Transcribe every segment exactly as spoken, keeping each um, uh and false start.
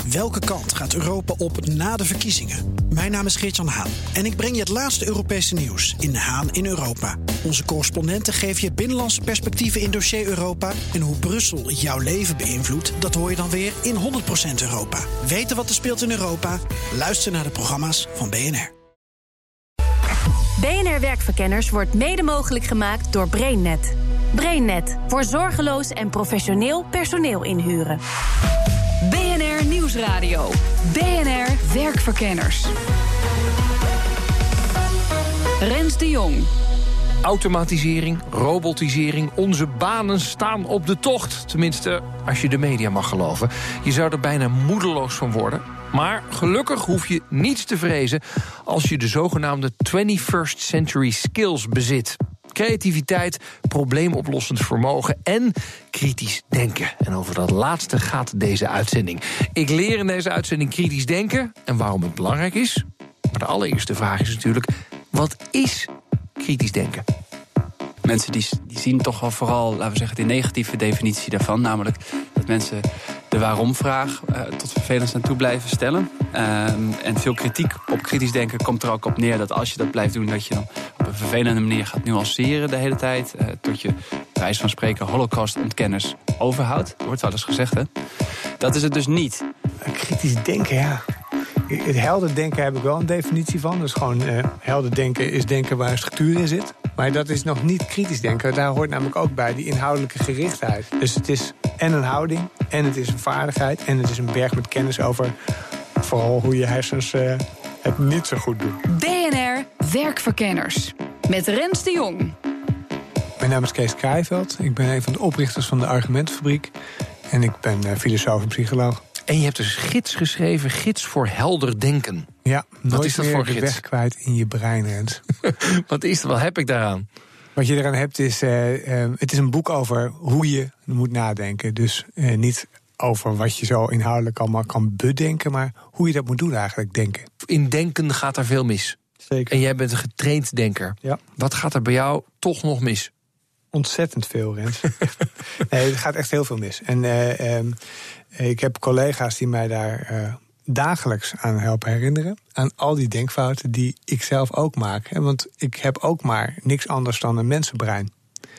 Welke kant gaat Europa op na de verkiezingen? Mijn naam is Geert-Jan Haan en ik breng je het laatste Europese nieuws in Haan in Europa. Onze correspondenten geven je binnenlandse perspectieven in dossier Europa. En hoe Brussel jouw leven beïnvloedt, dat hoor je dan weer in honderd procent Europa. Weten wat er speelt in Europa? Luister naar de programma's van B N R. B N R Werkverkenners wordt mede mogelijk gemaakt door BrainNet. BrainNet, voor zorgeloos en professioneel personeel inhuren. B N R Nieuwsradio. B N R Werkverkenners. Rens de Jong. Automatisering, robotisering, onze banen staan op de tocht. Tenminste, als je de media mag geloven. Je zou er bijna moedeloos van worden. Maar gelukkig hoef je niets te vrezen als je de zogenaamde twenty-first century skills bezit. Creativiteit, probleemoplossend vermogen en kritisch denken. En over dat laatste gaat deze uitzending. Ik leer in deze uitzending kritisch denken en waarom het belangrijk is. Maar de allereerste vraag is natuurlijk, wat is kritisch denken? Mensen die, die zien toch wel vooral, laten we zeggen, de negatieve definitie daarvan. Namelijk dat mensen de waarom-vraag uh, tot vervelend aan toe blijven stellen. Um, en veel kritiek op kritisch denken komt er ook op neer dat als je dat blijft doen, dat je dan op een vervelende manier gaat nuanceren de hele tijd. Uh, tot je, bij wijze van spreken, holocaustontkenners overhoudt. Dat wordt wel eens gezegd, hè? Dat is het dus niet. Kritisch denken, ja. Het helder denken heb ik wel een definitie van. Dus gewoon uh, helder denken is denken waar een structuur in zit. Maar dat is nog niet kritisch denken. Daar hoort namelijk ook bij die inhoudelijke gerichtheid. Dus het is en een houding, en het is een vaardigheid, en het is een berg met kennis over vooral hoe je hersens uh, het niet zo goed doen. B N R Werkverkenners. Met Rens de Jong. Mijn naam is Kees Krijveld. Ik ben een van de oprichters van de Argumentenfabriek. En ik ben uh, filosoof en psycholoog. En je hebt dus gids geschreven, Gids voor Helder Denken. Ja, Wat nooit is dat meer voor de gids? weg kwijt in je brein, Rens. Wat is er, wat heb ik daaraan? Wat je eraan hebt is, uh, uh, het is een boek over hoe je moet nadenken. Dus uh, niet over wat je zo inhoudelijk allemaal kan bedenken, maar hoe je dat moet doen eigenlijk, denken. In denken gaat er veel mis. Zeker. En jij bent een getraind denker. Ja. Wat gaat er bij jou toch nog mis? Ontzettend veel, Rens. Nee, het gaat echt heel veel mis. En uh, um, ik heb collega's die mij daar uh, dagelijks aan helpen herinneren. Aan al die denkfouten die ik zelf ook maak. Hè? Want ik heb ook maar niks anders dan een mensenbrein.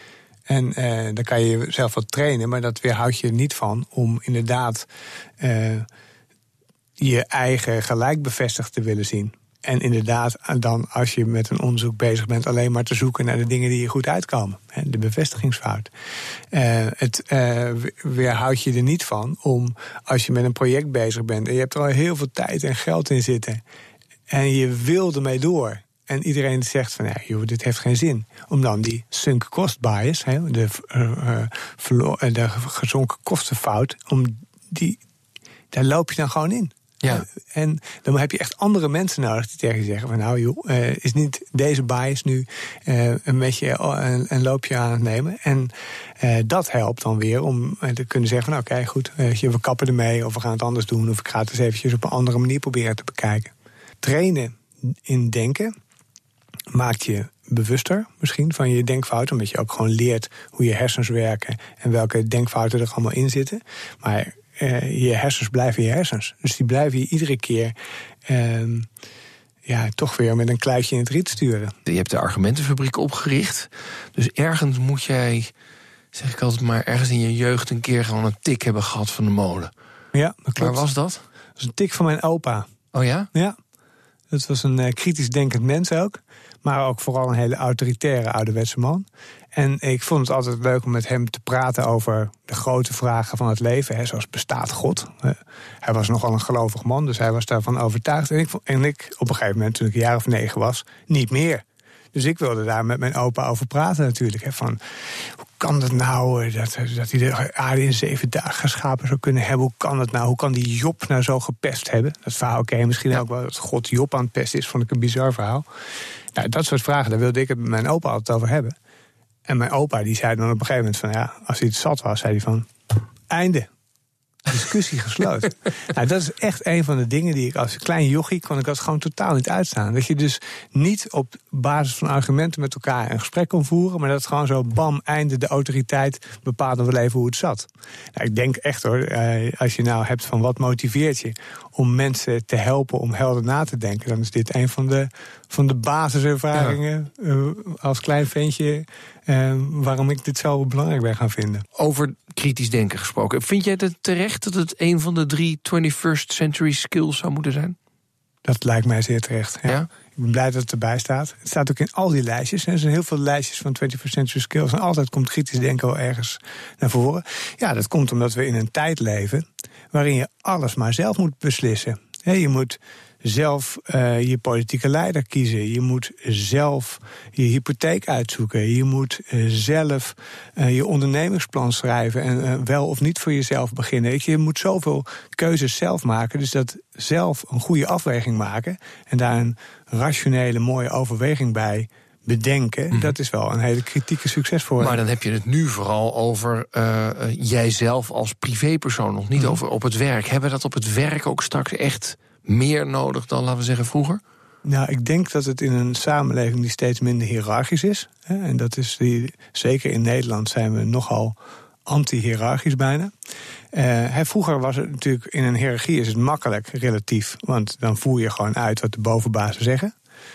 En uh, dan kan je zelf wat trainen, maar dat weerhoudt je er niet van om inderdaad uh, je eigen gelijk bevestigd te willen zien. En inderdaad, dan als je met een onderzoek bezig bent, alleen maar te zoeken naar de dingen die je goed uitkomen. De bevestigingsfout. Uh, het uh, weerhoudt je er niet van om, als je met een project bezig bent en je hebt er al heel veel tijd en geld in zitten en je wil ermee door. En iedereen zegt van, ja, joh, dit heeft geen zin. Om dan die sunk cost bias, hè, de, uh, verlo- de gezonken kostenfout, om die, daar loop je dan gewoon in. Ja. En dan heb je echt andere mensen nodig die tegen je zeggen van, nou joh, uh, is niet deze bias nu uh, een beetje een, een loopje aan het nemen. En uh, dat helpt dan weer om te kunnen zeggen van, oké, okay, goed, uh, we kappen ermee of we gaan het anders doen of ik ga het eens eventjes op een andere manier proberen te bekijken. Trainen in denken maakt je bewuster misschien van je denkfouten, omdat je ook gewoon leert hoe je hersens werken en welke denkfouten er allemaal in zitten. Maar Uh, je hersens blijven je hersens. Dus die blijven je iedere keer uh, ja, toch weer met een kluitje in het riet sturen. Je hebt de Argumentenfabriek opgericht. Dus ergens moet jij, zeg ik altijd maar, ergens in je jeugd een keer gewoon een tik hebben gehad van de molen. Ja, dat klopt. Waar was dat? Dat was een tik van mijn opa. Oh ja? Ja. Dat was een uh, kritisch denkend mens ook. Maar ook vooral een hele autoritaire ouderwetse man. En ik vond het altijd leuk om met hem te praten over de grote vragen van het leven. Hè, zoals bestaat God? Uh, hij was nogal een gelovig man, dus hij was daarvan overtuigd. En ik, en ik op een gegeven moment, toen ik een jaar of negen was, niet meer. Dus ik wilde daar met mijn opa over praten natuurlijk. Hè, van, hoe kan het nou dat, dat hij de aarde in zeven dagen geschapen zou kunnen hebben? Hoe kan het nou? Hoe kan die Job nou zo gepest hebben? Dat verhaal, oké, okay, misschien ja. ook wel dat God Job aan het pesten is, vond ik een bizar verhaal. Nou, dat soort vragen, daar wilde ik het met mijn opa altijd over hebben. En mijn opa die zei dan op een gegeven moment van, ja, als hij het zat was, zei hij van, einde. discussie gesloten. Nou, dat is echt een van de dingen die ik als klein jochie kon ik dat gewoon totaal niet uitstaan. Dat je dus niet op basis van argumenten met elkaar een gesprek kon voeren, maar dat het gewoon zo bam, einde, de autoriteit bepaalde wel even hoe het zat. Nou, ik denk echt hoor, eh, als je nou hebt van wat motiveert je om mensen te helpen om helder na te denken, dan is dit een van de, van de basiservaringen ja. uh, als klein ventje uh, waarom ik dit zo belangrijk ben gaan vinden. Over kritisch denken gesproken. Vind jij het terecht dat het een van de drie twenty-first century skills zou moeten zijn? Dat lijkt mij zeer terecht. Ja. Ja? Ik ben blij dat het erbij staat. Het staat ook in al die lijstjes. Er zijn heel veel lijstjes van twenty-first century skills. En altijd komt kritisch denken wel ergens naar voren. Ja, dat komt omdat we in een tijd leven waarin je alles maar zelf moet beslissen. He, je moet zelf uh, je politieke leider kiezen. Je moet zelf je hypotheek uitzoeken. Je moet uh, zelf uh, je ondernemingsplan schrijven en uh, wel of niet voor jezelf beginnen. Je moet zoveel keuzes zelf maken. Dus dat zelf een goede afweging maken en daar een rationele, mooie overweging bij bedenken, mm-hmm. dat is wel een hele kritieke succesvoorbeeld. Maar dan heb je het nu vooral over uh, jijzelf als privépersoon, nog niet mm-hmm. over op het werk. Hebben we dat op het werk ook straks echt meer nodig dan, laten we zeggen, vroeger? Nou, ik denk dat het in een samenleving die steeds minder hiërarchisch is. Hè, en dat is die, zeker in Nederland zijn we nogal anti-hiërarchisch bijna. Uh, vroeger was het natuurlijk in een hiërarchie is het makkelijk relatief, want dan voer je gewoon uit wat de bovenbazen zeggen.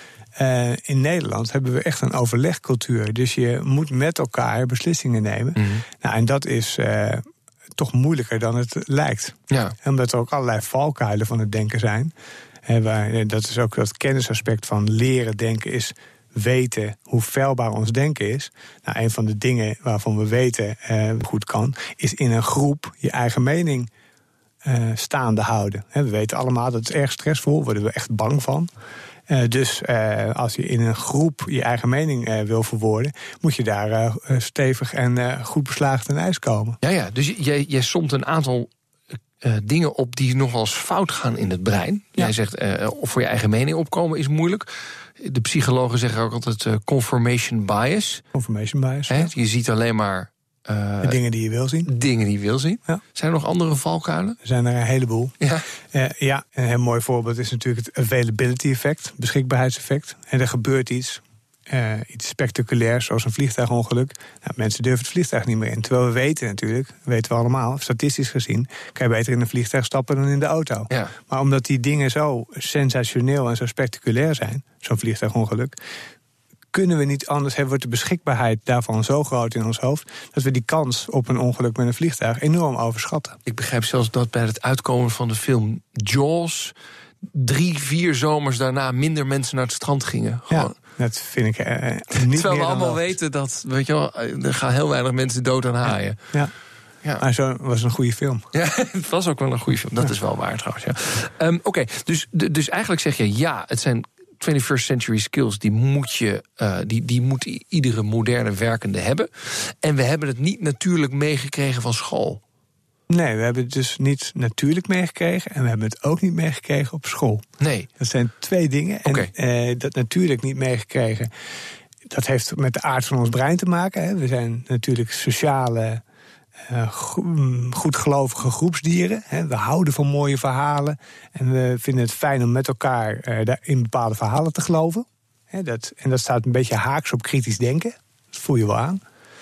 Uh, in Nederland hebben we echt een overlegcultuur. Dus je moet met elkaar beslissingen nemen. Mm-hmm. Nou, en dat is uh, toch moeilijker dan het lijkt. Ja. Omdat er ook allerlei valkuilen van het denken zijn. Uh, waar, dat is ook dat kennisaspect van leren denken is weten hoe feilbaar ons denken is. Nou, een van de dingen waarvan we weten uh, goed kan, is in een groep je eigen mening uh, staande houden. He, we weten allemaal dat het erg stressvol, daar worden we echt bang van. Uh, dus uh, als je in een groep je eigen mening uh, wil verwoorden, moet je daar uh, stevig en uh, goed beslagen ten ijs komen. Ja, ja. Dus jij, jij somt een aantal uh, dingen op die nogal eens fout gaan in het brein. Ja. Jij zegt, uh, of voor je eigen mening opkomen is moeilijk. De psychologen zeggen ook altijd uh, confirmation bias. Confirmation bias. He, ja. Je ziet alleen maar Uh, de dingen die je wil zien. Dingen die je wil zien. Ja. Zijn er nog andere valkuilen? Er zijn er een heleboel. Ja. Uh, ja, een heel mooi voorbeeld is natuurlijk het availability effect, beschikbaarheidseffect. En er gebeurt iets, uh, iets spectaculairs, zoals een vliegtuigongeluk. Nou, mensen durven het vliegtuig niet meer in. Terwijl we weten natuurlijk, weten we allemaal, statistisch gezien, kan je beter in een vliegtuig stappen dan in de auto. Ja. Maar omdat die dingen zo sensationeel en zo spectaculair zijn, zo'n vliegtuigongeluk, kunnen we niet anders, hebben we de beschikbaarheid daarvan zo groot in ons hoofd, dat we die kans op een ongeluk met een vliegtuig enorm overschatten. Ik begrijp zelfs dat bij het uitkomen van de film Jaws drie, vier zomers daarna minder mensen naar het strand gingen. Gewoon. Ja, dat vind ik uh, niet Terwijl meer we allemaal dat. weten dat, weet je wel, er gaan heel weinig mensen dood aan haaien. Ja. ja. Ja. Maar zo was een goede film. Ja, het was ook wel een goede film. Dat is wel waar trouwens. Ja. Um, Oké, okay. dus, dus eigenlijk zeg je ja, het zijn twenty-first century skills, die moet, je, uh, die, die moet iedere moderne werkende hebben. En we hebben het niet natuurlijk meegekregen van school. Nee, we hebben het dus niet natuurlijk meegekregen en we hebben het ook niet meegekregen op school. Nee. Dat zijn twee dingen. Okay. En uh, dat natuurlijk niet meegekregen, dat heeft met de aard van ons brein te maken. Hè. We zijn natuurlijk sociale, Uh, goedgelovige groepsdieren. Hè. We houden van mooie verhalen. En we vinden het fijn om met elkaar uh, in bepaalde verhalen te geloven. Hè, dat, en dat staat een beetje haaks op kritisch denken. Dat voel je wel aan.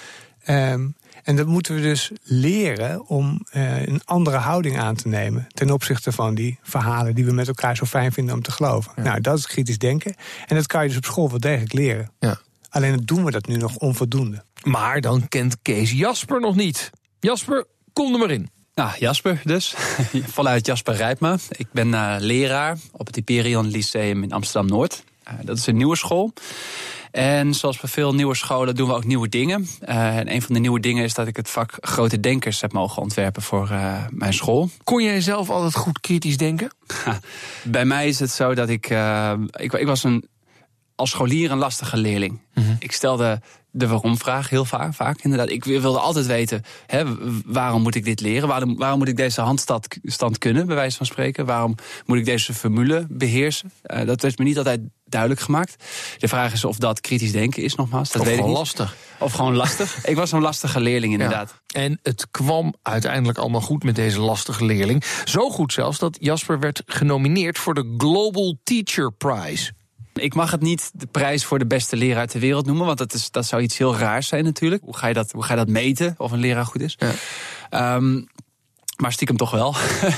Um, en dat moeten we dus leren om uh, een andere houding aan te nemen ten opzichte van die verhalen die we met elkaar zo fijn vinden om te geloven. Ja. Nou, dat is kritisch denken. En dat kan je dus op school wel degelijk leren. Ja. Alleen doen we dat nu nog onvoldoende. Maar dan kent Kees Jasper nog niet. Jasper, kom er maar in. Nou, Jasper dus. Vanuit Jasper Rijpma. Ik ben uh, leraar op het Hyperion Lyceum in Amsterdam-Noord. Uh, dat is een nieuwe school. En zoals bij veel nieuwe scholen doen we ook nieuwe dingen. Uh, en een van de nieuwe dingen is dat ik het vak Grote Denkers heb mogen ontwerpen voor uh, mijn school. Kon jij zelf altijd goed kritisch denken? Bij mij is het zo dat ik... Uh, ik, ik was een, als scholier een lastige leerling. Mm-hmm. Ik stelde de waarom-vraag heel vaak, vaak. Inderdaad, ik wilde altijd weten, hè, waarom moet ik dit leren? Waarom, waarom moet ik deze handstand stand kunnen, bij wijze van spreken? Waarom moet ik deze formule beheersen? Uh, dat werd me niet altijd duidelijk gemaakt. De vraag is of dat kritisch denken is, nogmaals. Dat of weet gewoon ik niet. lastig. Of gewoon lastig. Ik was een lastige leerling, inderdaad. Ja. En het kwam uiteindelijk allemaal goed met deze lastige leerling. Zo goed zelfs dat Jasper werd genomineerd voor de Global Teacher Prize. Ik mag het niet de prijs voor de beste leraar ter wereld noemen, want dat, is, dat zou iets heel raars zijn natuurlijk. Hoe ga je dat, hoe ga je dat meten, of een leraar goed is? Ja. Um, maar stiekem toch wel.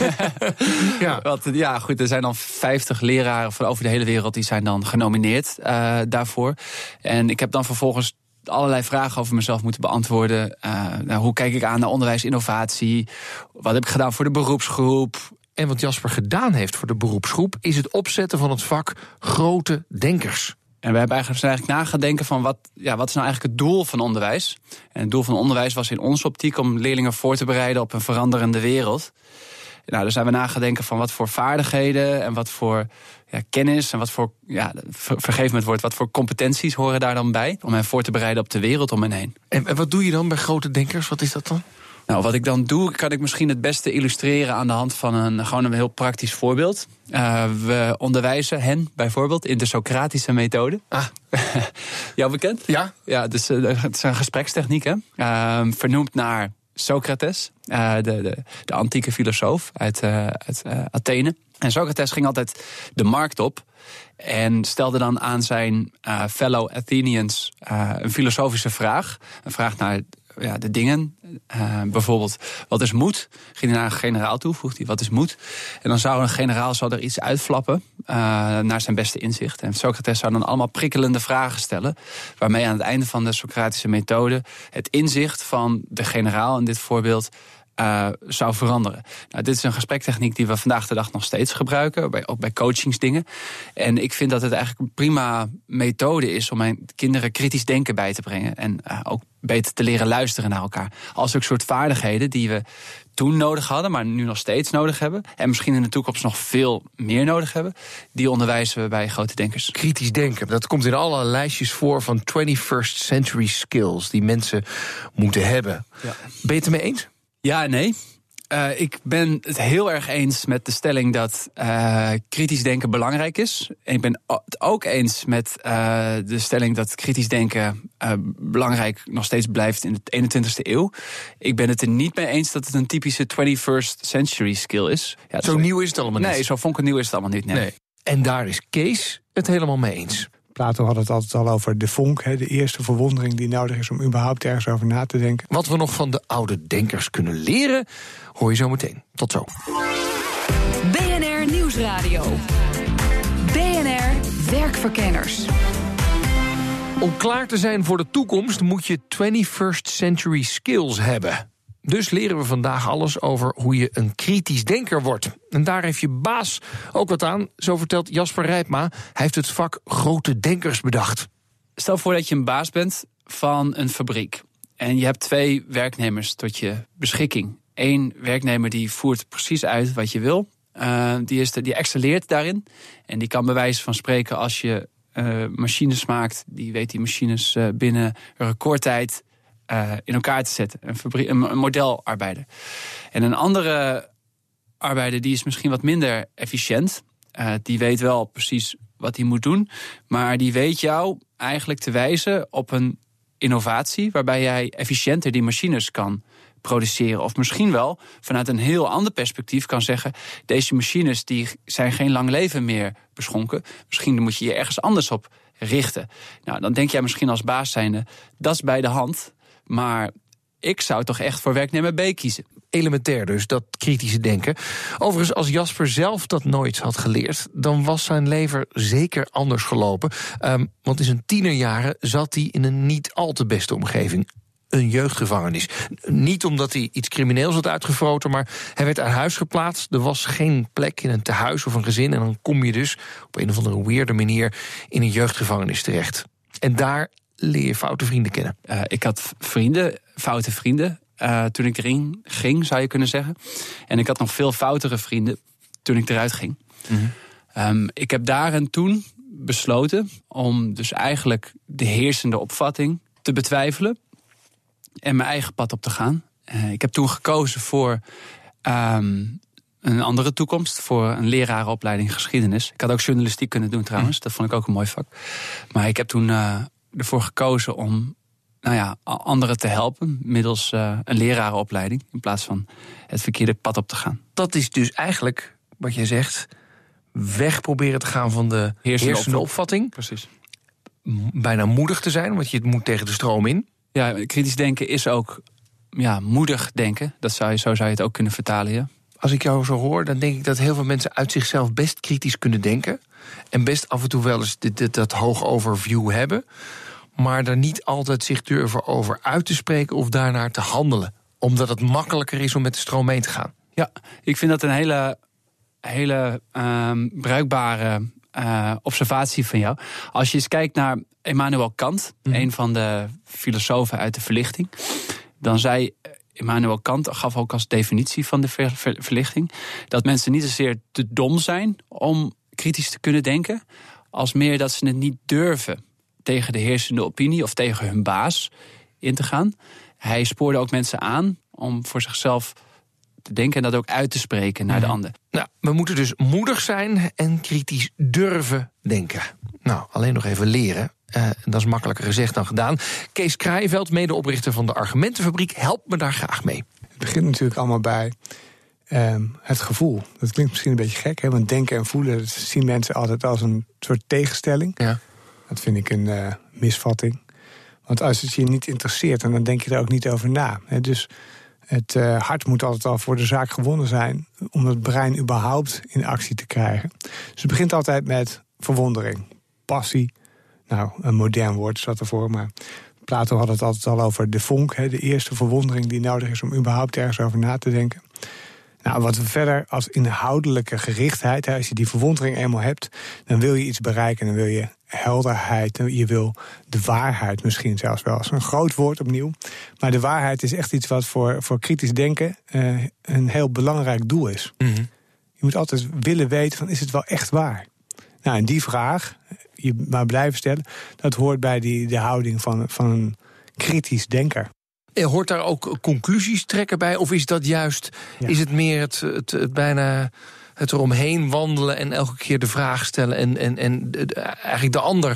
ja. Want, ja, goed, er zijn dan vijftig leraren van over de hele wereld die zijn dan genomineerd uh, daarvoor. En ik heb dan vervolgens allerlei vragen over mezelf moeten beantwoorden. Uh, nou, hoe kijk ik aan naar onderwijsinnovatie? Wat heb ik gedaan voor de beroepsgroep? En wat Jasper gedaan heeft voor de beroepsgroep is het opzetten van het vak grote denkers. En we hebben eigenlijk, eigenlijk na gaan denken van wat, ja, wat is nou eigenlijk het doel van onderwijs? En het doel van onderwijs was in onze optiek om leerlingen voor te bereiden op een veranderende wereld. Nou, daar zijn we na gaan denken van wat voor vaardigheden en wat voor ja, kennis en wat voor, ja, vergeef me het woord, wat voor competenties horen daar dan bij om hen voor te bereiden op de wereld om hen heen. En, en wat doe je dan bij grote denkers? Wat is dat dan? Nou, wat ik dan doe, kan ik misschien het beste illustreren aan de hand van een, gewoon een heel praktisch voorbeeld. Uh, we onderwijzen hen bijvoorbeeld in de Socratische methode. Ah. Jou bekend? Ja. Ja, dus, uh, het is een gesprekstechniek, hè? Uh, vernoemd naar Socrates, uh, de, de, de antieke filosoof uit, uh, uit uh, Athene. En Socrates ging altijd de markt op en stelde dan aan zijn uh, fellow Athenians uh, een filosofische vraag. Een vraag naar ja, de dingen. Uh, bijvoorbeeld, wat is moed? Ging hij naar een generaal toe, vroeg hij, wat is moed? En dan zou een generaal zou er iets uitflappen uh, naar zijn beste inzicht. En Socrates zou dan allemaal prikkelende vragen stellen, waarmee aan het einde van de Socratische methode het inzicht van de generaal in dit voorbeeld Uh, zou veranderen. Nou, dit is een gesprektechniek die we vandaag de dag nog steeds gebruiken, bij, ook bij coachingsdingen. En ik vind dat het eigenlijk een prima methode is om mijn kinderen kritisch denken bij te brengen. En uh, ook beter te leren luisteren naar elkaar. Als ook soort vaardigheden die we toen nodig hadden, maar nu nog steeds nodig hebben. En misschien in de toekomst nog veel meer nodig hebben. Die onderwijzen we bij grote denkers. Kritisch denken, dat komt in alle lijstjes voor van twenty-first century skills die mensen moeten hebben. Ja. Ben je het ermee eens? Ja en nee. Uh, ik ben het heel erg eens met de stelling dat uh, kritisch denken belangrijk is. En ik ben het ook eens met uh, de stelling dat kritisch denken uh, belangrijk nog steeds blijft in de eenentwintigste eeuw. Ik ben het er niet mee eens dat het een typische twenty-first century skill is. Ja, zo nieuw is het allemaal niet. Nee, zo fonkelnieuw is het allemaal niet. Nee. nee. En daar is Kees het helemaal mee eens. Plato had het altijd al over de vonk, hè, de eerste verwondering die nodig is om überhaupt ergens over na te denken. Wat we nog van de oude denkers kunnen leren, hoor je zo meteen. Tot zo. B N R Nieuwsradio. B N R Werkverkenners. Om klaar te zijn voor de toekomst moet je twenty-first century skills hebben. Dus leren we vandaag alles over hoe je een kritisch denker wordt. En daar heeft je baas ook wat aan, zo vertelt Jasper Rijpma. Hij heeft het vak grote denkers bedacht. Stel voor dat je een baas bent van een fabriek. En je hebt twee werknemers tot je beschikking. Eén werknemer die voert precies uit wat je wil. Uh, die, is de, die excelleert daarin. En die kan bij wijze van spreken als je uh, machines maakt, die weet die machines uh, binnen een recordtijd Uh, in elkaar te zetten. Een, fabrie- een modelarbeider. En een andere arbeider die is misschien wat minder efficiënt. Uh, die weet wel precies wat hij moet doen. Maar die weet jou eigenlijk te wijzen op een innovatie waarbij jij efficiënter die machines kan produceren. Of misschien wel vanuit een heel ander perspectief kan zeggen, deze machines die zijn geen lang leven meer beschonken. Misschien moet je je ergens anders op richten. Nou, dan denk jij misschien als baas zijnde, dat is bij de hand. Maar ik zou toch echt voor werknemer B kiezen. Elementair dus, dat kritische denken. Overigens, als Jasper zelf dat nooit had geleerd, dan was zijn leven zeker anders gelopen. Um, want in zijn tienerjaren zat hij in een niet al te beste omgeving. Een jeugdgevangenis. Niet omdat hij iets crimineels had uitgefroten, maar hij werd uit huis geplaatst. Er was geen plek in een tehuis of een gezin. En dan kom je dus op een of andere weirde manier in een jeugdgevangenis terecht. En daar leer je foute vrienden kennen. Uh, ik had vrienden, foute vrienden, uh, toen ik erin ging, zou je kunnen zeggen. En ik had nog veel foutere vrienden toen ik eruit ging. Mm-hmm. Um, ik heb daar en toen besloten om dus eigenlijk de heersende opvatting te betwijfelen en mijn eigen pad op te gaan. Uh, ik heb toen gekozen voor um, een andere toekomst, voor een lerarenopleiding geschiedenis. Ik had ook journalistiek kunnen doen trouwens, dat vond ik ook een mooi vak. Maar ik heb toen uh, ervoor gekozen om nou ja, anderen te helpen middels uh, een lerarenopleiding, in plaats van het verkeerde pad op te gaan. Dat is dus eigenlijk, wat jij zegt, weg proberen te gaan van de heersende, heersende opvatting. Precies. Bijna moedig te zijn, want je moet tegen de stroom in. Ja, kritisch denken is ook ja, moedig denken. Dat zou je, zo zou je het ook kunnen vertalen, ja. Als ik jou zo hoor, dan denk ik dat heel veel mensen uit zichzelf best kritisch kunnen denken. En best af en toe wel eens dit, dit, dat hoog overview hebben. Maar daar niet altijd zich durven over uit te spreken of daarnaar te handelen. Omdat het makkelijker is om met de stroom mee te gaan. Ja, ik vind dat een hele, hele um, bruikbare uh, observatie van jou. Als je eens kijkt naar Immanuel Kant, mm. een van de filosofen uit de Verlichting, dan zei Immanuel Kant, gaf ook als definitie van de ver, ver, verlichting, dat mensen niet zozeer te dom zijn om kritisch te kunnen denken, als meer dat ze het niet durven tegen de heersende opinie of tegen hun baas in te gaan. Hij spoorde ook mensen aan om voor zichzelf te denken en dat ook uit te spreken naar de ander. Nou, we moeten dus moedig zijn en kritisch durven denken. Nou, alleen nog even leren. Uh, dat is makkelijker gezegd dan gedaan. Kees Kraaienveld, medeoprichter van de Argumentenfabriek, helpt me daar graag mee. Het begint natuurlijk allemaal bij um, het gevoel. Dat klinkt misschien een beetje gek, hè? Want denken en voelen, dat zien mensen altijd als een soort tegenstelling. Ja. Dat vind ik een uh, misvatting. Want als het je niet interesseert, dan denk je er ook niet over na. Hè? Dus het uh, hart moet altijd al voor de zaak gewonnen zijn om het brein überhaupt in actie te krijgen. Dus het begint altijd met verwondering, passie. Nou, een modern woord staat ervoor, maar Plato had het altijd al over de vonk, hè, de eerste verwondering die nodig is om überhaupt ergens over na te denken. Nou, wat we verder als inhoudelijke gerichtheid, hè, als je die verwondering eenmaal hebt, dan wil je iets bereiken, dan wil je helderheid, je wil de waarheid misschien zelfs wel. Dat is een groot woord opnieuw, maar de waarheid is echt iets wat voor, voor kritisch denken uh, een heel belangrijk doel is. Mm-hmm. Je moet altijd willen weten van, is het wel echt waar? Nou, en die vraag, je maar blijven stellen, dat hoort bij die, de houding van, van een kritisch denker. Hoort daar ook conclusies trekken bij? Of is dat juist, ja. is het meer het, het, het bijna het eromheen wandelen en elke keer de vraag stellen en, en, en de, eigenlijk de ander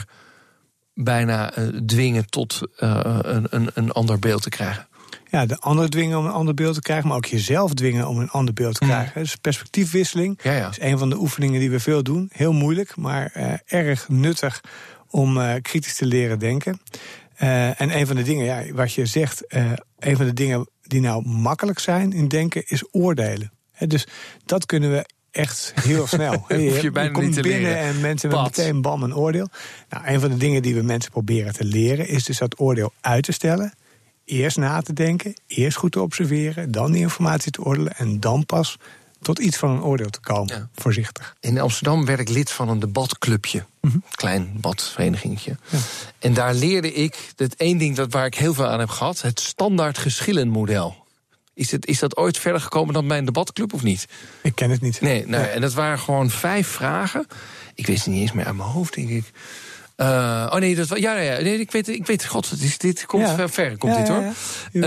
bijna uh, dwingen tot uh, een, een, een ander beeld te krijgen? Ja, de ander dwingen om een ander beeld te krijgen, maar ook jezelf dwingen om een ander beeld te krijgen. Mm. Dus perspectiefwisseling ja, ja. is een van de oefeningen die we veel doen. Heel moeilijk, maar uh, erg nuttig om uh, kritisch te leren denken. Uh, en een van de dingen, ja, wat je zegt, uh, een van de dingen die nou makkelijk zijn in denken is oordelen. He, dus dat kunnen we echt heel snel. He, je, je, je komt binnen leren. En mensen hebben meteen bam een oordeel. Nou, een van de dingen die we mensen proberen te leren is dus dat oordeel uit te stellen. Eerst na te denken, eerst goed te observeren, dan die informatie te oordelen en dan pas tot iets van een oordeel te komen, ja. Voorzichtig. In Amsterdam werd ik lid van een debatclubje. Mm-hmm. Klein debatverenigingetje. Ja. En daar leerde ik, dat één ding dat waar ik heel veel aan heb gehad, het standaard geschillenmodel. Is, het, is dat ooit verder gekomen dan bij een debatclub of niet? Ik ken het niet. Nee, nou, ja. En dat waren gewoon vijf vragen. Ik wist het niet eens meer uit mijn hoofd, denk ik. Uh, oh nee, dat was, ja, ja, nee, ik weet, ik weet, god, wat is dit? Komt ja. ver, komt ja, dit hoor. Ja,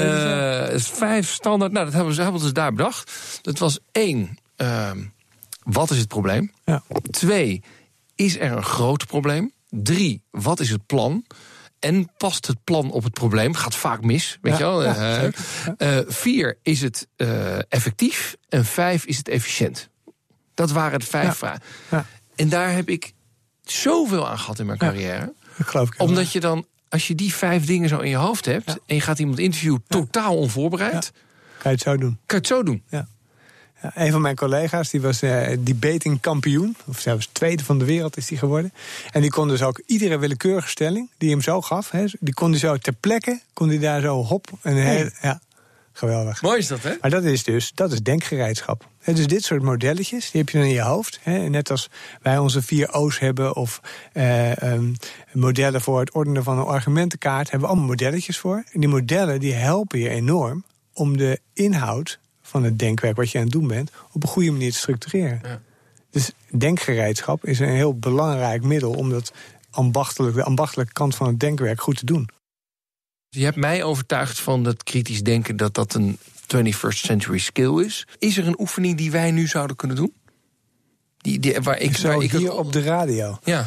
ja. Uh, vijf standaard, nou, dat hebben we, hebben we dus daar bedacht. Dat was één, uh, wat is het probleem? Ja. Twee, is er een groot probleem? Drie, wat is het plan? En past het plan op het probleem? Gaat vaak mis, weet ja, je wel. Ja, uh, uh, vier, is het uh, effectief? En vijf, is het efficiënt? Dat waren de vijf ja. vragen. Ja. En daar heb ik zoveel aan gehad in mijn carrière. Ja, geloof ik Omdat wel. Je dan, als je die vijf dingen zo in je hoofd hebt, ja. en je gaat iemand interviewen totaal onvoorbereid, ja. kan je het zo doen. Kan je het zo doen. Ja. Ja, een van mijn collega's, die was uh, debating kampioen. Of zelfs tweede van de wereld is die geworden. En die kon dus ook iedere willekeurige stelling die hem zo gaf, hè, die kon hij zo ter plekke, kon hij daar zo hop. En heel, hey. Ja, geweldig. Mooi is dat, hè? Maar dat is dus, dat is denkgereedschap. He, dus dit soort modelletjes, die heb je dan in je hoofd. He, net als wij onze vier O's hebben of uh, um, modellen voor het ordenen van een argumentenkaart, hebben we allemaal modelletjes voor. En die modellen die helpen je enorm om de inhoud van het denkwerk wat je aan het doen bent op een goede manier te structureren. Ja. Dus denkgereedschap is een heel belangrijk middel om dat ambachtelijk, de ambachtelijke kant van het denkwerk goed te doen. Je hebt mij overtuigd van dat kritisch denken dat dat een twenty-first century skill is. Is er een oefening die wij nu zouden kunnen doen? Die, die, waar ik, Zo waar ik hier het... op de radio. Ja.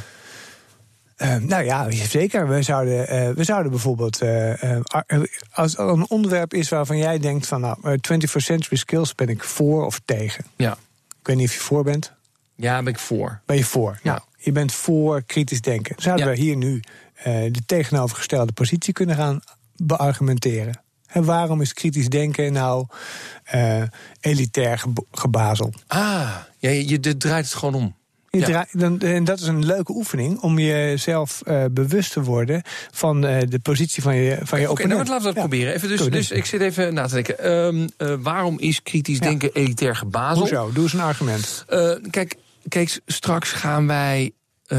Uh, nou ja, zeker. We zouden, uh, we zouden bijvoorbeeld, uh, uh, als er een onderwerp is waarvan jij denkt van, nou, uh, twenty-first century skills, ben ik voor of tegen? Ja. Ik weet niet of je voor bent. Ja, ben ik voor. Ben je voor? Ja. Nou, je bent voor kritisch denken. Zouden ja. we hier nu uh, de tegenovergestelde positie kunnen gaan beargumenteren? En waarom is kritisch denken nou uh, elitair ge- gebazel? Ah, ja, je, je draait het gewoon om. Je Ja. draai, dan, en dat is een leuke oefening om jezelf uh, bewust te worden van uh, de positie van je, van je Oké, opponent. nou, laten we dat Ja. proberen. Even dus, Doe, dus doe. ik zit even na te denken. Um, uh, waarom is kritisch Ja. denken elitair gebazel? Hoezo? Doe eens een argument. Uh, kijk, kijk, straks gaan wij uh,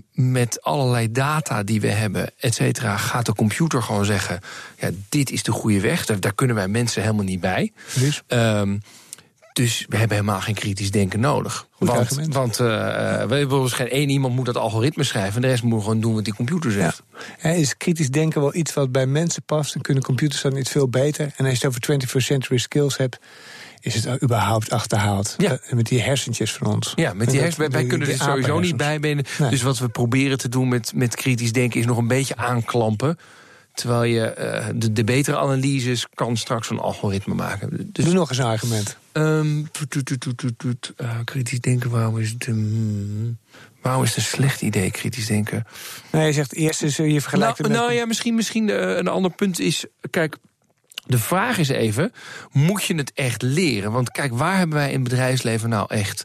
met allerlei data die we hebben, et cetera, gaat de computer gewoon zeggen, ja, dit is de goede weg. Daar, daar kunnen wij mensen helemaal niet bij. Dus? Um, Dus we hebben helemaal geen kritisch denken nodig. Goed want argument. want uh, we hebben dus geen één iemand moet dat algoritme schrijven. En de rest moet gewoon doen wat die computer zegt. Ja. Ja, is kritisch denken wel iets wat bij mensen past? Dan kunnen computers dan iets veel beter. En als je het over twenty-first century skills hebt, is het überhaupt achterhaald. Ja. Uh, met die hersentjes van ons. Ja, met die En hersen, dat- wij die- kunnen die er sowieso niet apenhersens. bijbenen. Nee. Dus wat we proberen te doen met, met kritisch denken is nog een beetje aanklampen. Terwijl je uh, de, de betere analyses kan straks een algoritme maken. Dus, Doe nog eens een argument. Um, toet, toet, toet, toet, toet, toet. Uh, kritisch denken, waarom is het um, waarom is het een slecht idee, kritisch denken? Nee, je zegt eerst is uh, je vergelijkt Nou, het met... nou ja, misschien, misschien uh, een ander punt is, kijk, de vraag is even, moet je het echt leren? Want kijk, waar hebben wij in het bedrijfsleven nou echt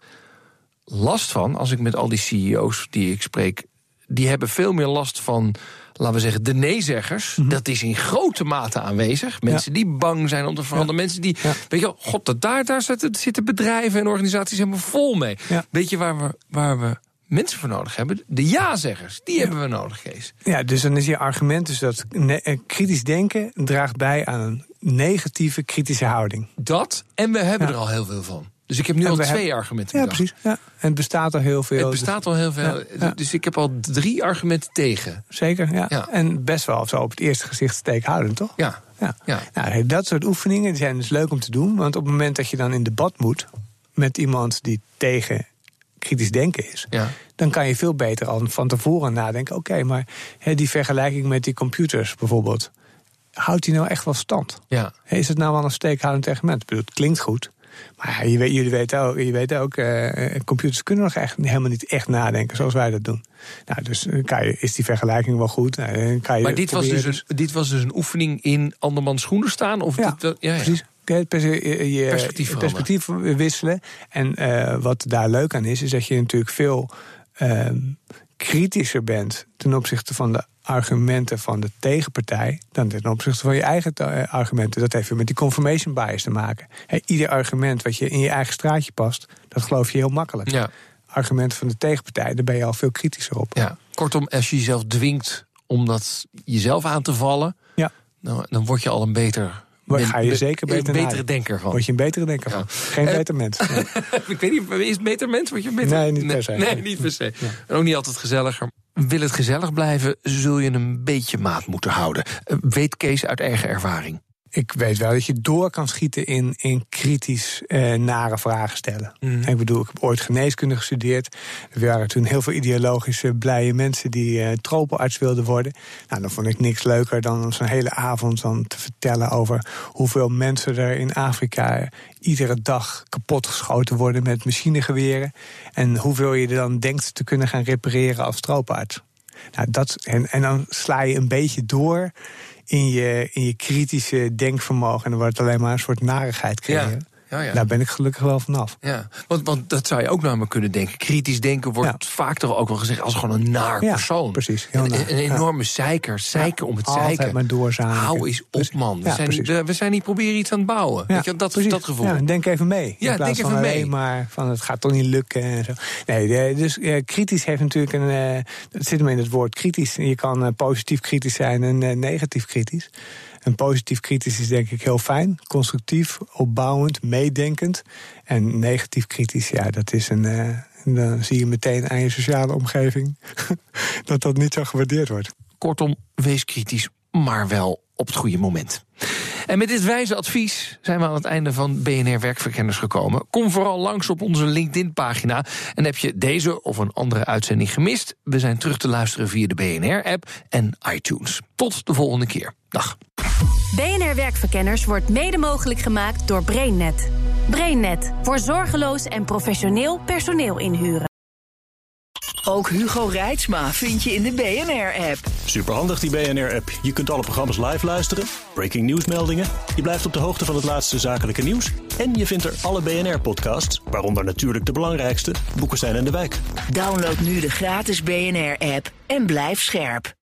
last van? Als ik met al die C E O's die ik spreek, die hebben veel meer last van, laten we zeggen, de nee-zeggers. Mm-hmm. Dat is in grote mate aanwezig. Mensen ja. die bang zijn om te veranderen. Ja. Mensen die, ja. weet je wel, god, dat daar, daar zitten, zitten bedrijven en organisaties helemaal vol mee. Ja. Weet je waar we, waar we mensen voor nodig hebben? De ja-zeggers, die ja. hebben we nodig, Kees. Ja, dus dan is je argument dus dat ne- kritisch denken draagt bij aan een negatieve kritische houding. Dat, en we hebben ja. er al heel veel van. Dus ik heb nu en al twee hebben... argumenten. Ja, precies. Ja. En het bestaat al heel veel. Het bestaat al heel veel. Ja, ja. Dus ik heb al drie argumenten tegen. Zeker, ja. ja. En best wel zo op het eerste gezicht steekhoudend, toch? Ja. ja. ja. Nou, dat soort oefeningen die zijn dus leuk om te doen. Want op het moment dat je dan in debat moet met iemand die tegen kritisch denken is, ja. dan kan je veel beter al van tevoren nadenken. Oké, okay, maar he, die vergelijking met die computers bijvoorbeeld, houdt die nou echt wel stand? Ja. He, is het nou wel een steekhoudend argument? Ik bedoel, het klinkt goed. Maar ja, je weet, jullie weten ook, je weet ook uh, computers kunnen nog echt, helemaal niet echt nadenken zoals wij dat doen. Nou, dus kan je, is die vergelijking wel goed? Nou, kan je maar dit was, dus een, dit was dus een oefening in andermans schoenen staan? Of ja, dit, ja, ja, precies. Je, je, je perspectief, perspectief wisselen. En uh, wat daar leuk aan is, is dat je natuurlijk veel uh, kritischer bent ten opzichte van de argumenten van de tegenpartij dan ten opzichte van je eigen te- argumenten. Dat heeft weer met die confirmation bias te maken. He, ieder argument wat je in je eigen straatje past, dat geloof je heel makkelijk. Ja. Argumenten van de tegenpartij, daar ben je al veel kritischer op. Ja. Kortom, als je jezelf dwingt om dat jezelf aan te vallen, ja. dan, dan word je al een beter... Ben, ga je zeker beter een betere nadenken. denker van. Word je een betere denker ja. van. Geen uh, beter mens. Ja. Ik weet niet, is het beter mens? Word je een beter... Nee, niet per se. Nee, nee niet per se. Ja. En ook niet altijd gezelliger. Wil het gezellig blijven, zul je een beetje maat moeten houden. Weet Kees uit eigen ervaring. Ik weet wel dat je door kan schieten in, in kritisch eh, nare vragen stellen. Mm. Ik bedoel, ik heb ooit geneeskunde gestudeerd. Er waren toen heel veel ideologische, blije mensen die uh, tropenarts wilden worden. Nou, dan vond ik niks leuker dan zo'n hele avond dan te vertellen over hoeveel mensen er in Afrika iedere dag kapotgeschoten worden met machinegeweren. En hoeveel je er dan denkt te kunnen gaan repareren als tropenarts. Nou, dat, en, en dan sla je een beetje door in je, in je kritische denkvermogen. En dan wordt het alleen maar een soort narigheid creëren. Ja. Ja, ja. Daar ben ik gelukkig wel vanaf. Ja, want, want dat zou je ook naar me kunnen denken. Kritisch denken wordt ja. vaak toch ook wel gezegd als gewoon een naar ja, persoon. Precies. Een, een, een enorme ja. zeiker, zeiken ja, om het zeiken. Altijd maar doorzaken. Hou eens op, man. We, ja, zijn, we, we zijn niet proberen iets aan het bouwen. Ja, Weet je, dat, dat gevoel. Ja, denk even mee. Ja, in plaats denk van even mee. Maar van het gaat toch niet lukken en zo. Nee, dus uh, kritisch heeft natuurlijk een. Uh, het zit hem in het woord kritisch. Je kan uh, positief kritisch zijn en uh, negatief kritisch. En positief kritisch is denk ik heel fijn. Constructief, opbouwend, meedenkend. En negatief kritisch, ja, dat is een... Uh, dan zie je meteen aan je sociale omgeving dat dat niet zo gewaardeerd wordt. Kortom, wees kritisch, maar wel op het goede moment. En met dit wijze advies zijn we aan het einde van B N R Werkverkenners gekomen. Kom vooral langs op onze LinkedIn-pagina. En heb je deze of een andere uitzending gemist? We zijn terug te luisteren via de B N R-app en iTunes. Tot de volgende keer. Dag. B N R Werkverkenners wordt mede mogelijk gemaakt door BrainNet. BrainNet, voor zorgeloos en professioneel personeel inhuren. Ook Hugo Reitsma vind je in de B N R-app. Superhandig die B N R-app. Je kunt alle programma's live luisteren, breaking nieuwsmeldingen. Je blijft op de hoogte van het laatste zakelijke nieuws. En je vindt er alle B N R-podcasts, waaronder natuurlijk de belangrijkste, Boekenstein en de Wijk. Download nu de gratis B N R-app en blijf scherp.